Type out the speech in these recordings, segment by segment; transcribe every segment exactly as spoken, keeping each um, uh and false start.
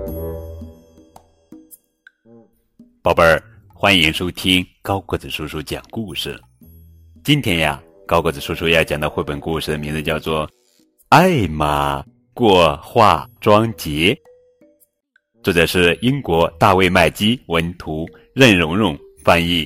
宝贝儿，欢迎收听高个子叔叔讲故事。今天呀，高个子叔叔要讲的绘本故事的名字叫做《艾玛过化妆节》，作者是英国大卫麦基文图，任蓉蓉翻译。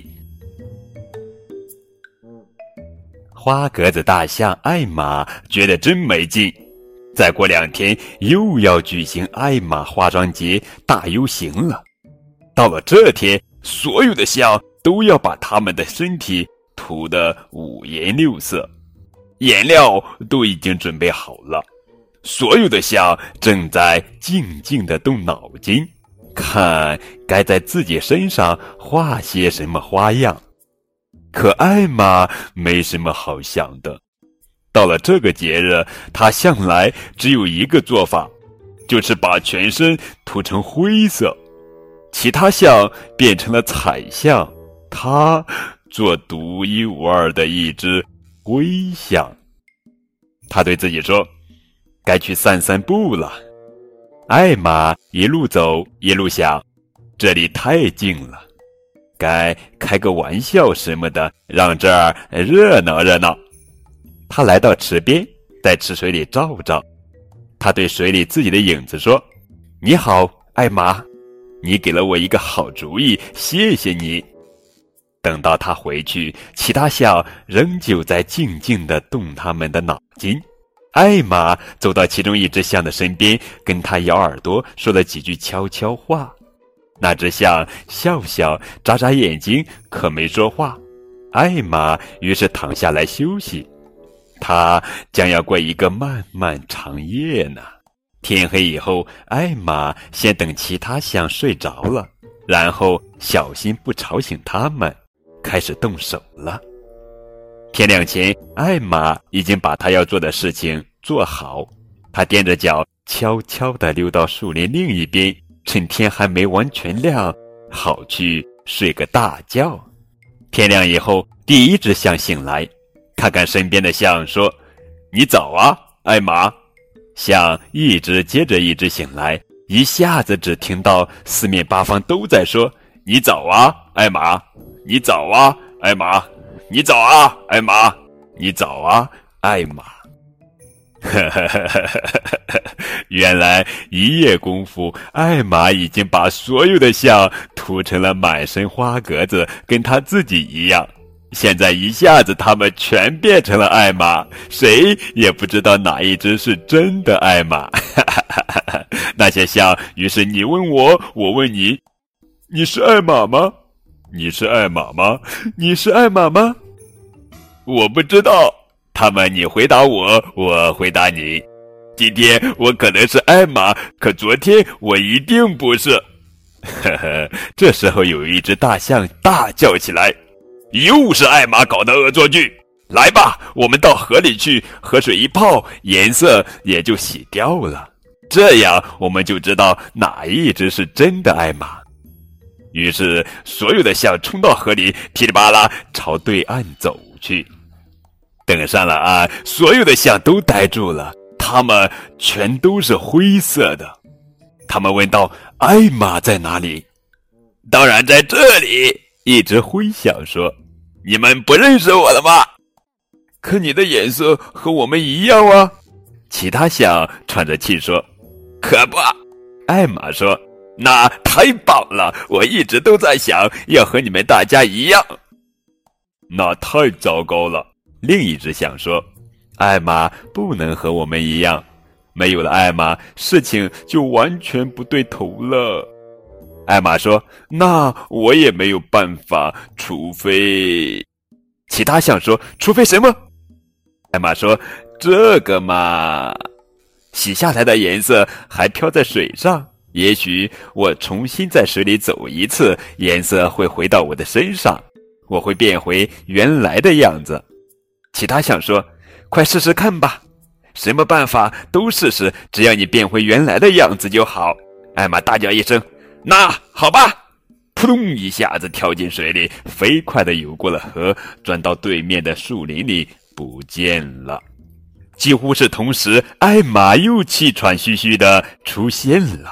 花格子大象艾玛觉得真没劲，再过两天又要举行艾玛化妆节大游行了。到了这天，所有的象都要把他们的身体涂得五颜六色，颜料都已经准备好了。所有的象正在静静地动脑筋，看该在自己身上画些什么花样。可艾玛没什么好想的，到了这个节日，她向来只有一个做法，就是把全身涂成灰色。其他象变成了彩象，她做独一无二的一只灰象。她对自己说，该去散散步了。艾玛一路走一路想，这里太静了，该开个玩笑什么的，让这儿热闹热闹。他来到池边，在池水里照照。他对水里自己的影子说，你好，艾玛，你给了我一个好主意，谢谢你。等到他回去，其他象仍旧在静静地动他们的脑筋。艾玛走到其中一只象的身边，跟他咬耳朵，说了几句悄悄话。那只象笑笑，眨眨眼睛，可没说话。艾玛于是躺下来休息，他将要过一个漫漫长夜呢。天黑以后，艾玛先等其他象睡着了，然后小心不吵醒他们，开始动手了。天亮前，艾玛已经把她要做的事情做好。她踮着脚，悄悄地溜到树林另一边，趁天还没完全亮，好去睡个大觉。天亮以后，第一只象醒来，看看身边的象，说：“你早啊，艾玛。”象一只接着一只醒来，一下子只听到四面八方都在说：“你早啊，艾玛！你早啊，艾玛！你早啊，艾玛！你早啊，艾玛！”呵呵呵呵呵，原来一夜功夫，艾玛已经把所有的象涂成了满身花格子，跟她自己一样。现在一下子他们全变成了艾玛，谁也不知道哪一只是真的艾玛。那些象于是你问我，我问你，你是艾玛吗？你是艾玛吗？你是艾玛吗？我不知道。他们你回答我，我回答你。今天我可能是艾玛，可昨天我一定不是。呵呵，这时候有一只大象大叫起来，又是艾玛搞的恶作剧！来吧，我们到河里去，河水一泡，颜色也就洗掉了。这样我们就知道哪一只是真的艾玛。于是所有的象冲到河里，噼里啪啦朝对岸走去。等上了岸，所有的象都呆住了，它们全都是灰色的。他们问道：“艾玛在哪里？”“当然在这里。”一只灰象说。“你们不认识我了吗？”“可你的颜色和我们一样啊。”其他象喘着气说。“可不。”艾玛说。“那太棒了，我一直都在想要和你们大家一样。”“那太糟糕了。”另一只象说。“艾玛不能和我们一样，没有了艾玛，事情就完全不对头了。”艾玛说：“那我也没有办法，除非……”其他象说：“除非什么？”艾玛说：“这个嘛，洗下来的颜色还飘在水上，也许我重新在水里走一次，颜色会回到我的身上，我会变回原来的样子。”其他象说：“快试试看吧，什么办法都试试，只要你变回原来的样子就好。”艾玛大叫一声：“那好吧！”扑通一下子跳进水里，飞快地游过了河，钻到对面的树林里不见了。几乎是同时，艾玛又气喘吁吁地出现了。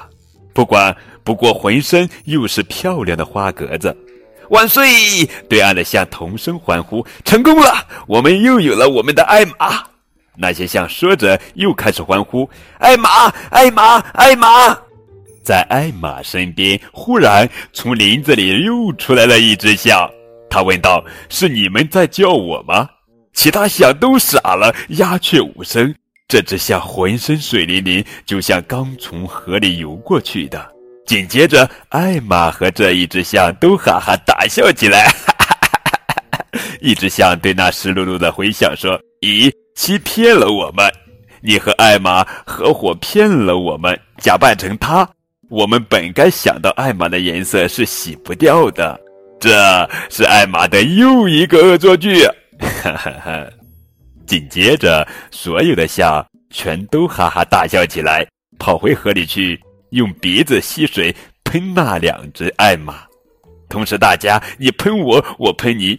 不管不过浑身又是漂亮的花格子。万岁！对岸的象同声欢呼，成功了，我们又有了我们的艾玛。那些象说着又开始欢呼，艾玛，艾玛，艾玛。在艾玛身边，忽然从林子里又出来了一只象。他问道，是你们在叫我吗？其他象都傻了，鸦雀无声。这只象浑身水淋淋，就像刚从河里游过去的。紧接着，艾玛和这一只象都哈哈大笑起来。一只象对那湿漉漉的回响说，咦，欺骗了我们，你和艾玛合伙骗了我们，假扮成她。我们本该想到艾玛的颜色是洗不掉的，这是艾玛的又一个恶作剧。哈哈哈。紧接着，所有的象全都哈哈大笑起来，跑回河里去，用鼻子吸水喷那两只艾玛。同时大家你喷我，我喷你，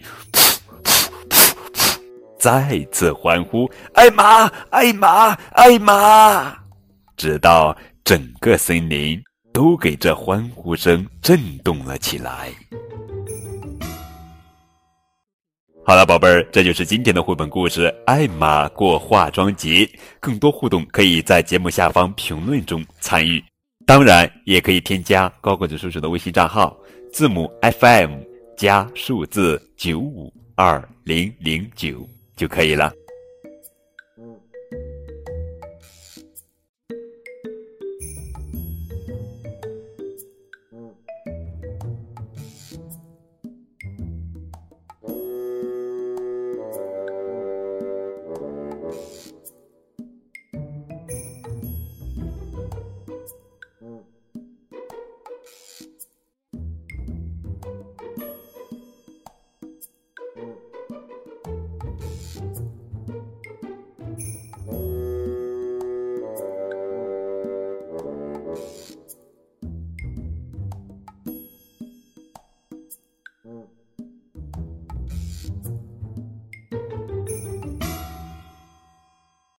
再次欢呼，艾玛，艾玛，艾玛，直到整个森林都给这欢呼声震动了起来。好了，宝贝儿，这就是今天的绘本故事《艾玛过化妆节》。更多互动可以在节目下方评论中参与，当然也可以添加高个子叔叔的微信账号，字母 F M 加数字九五二零零九就可以了。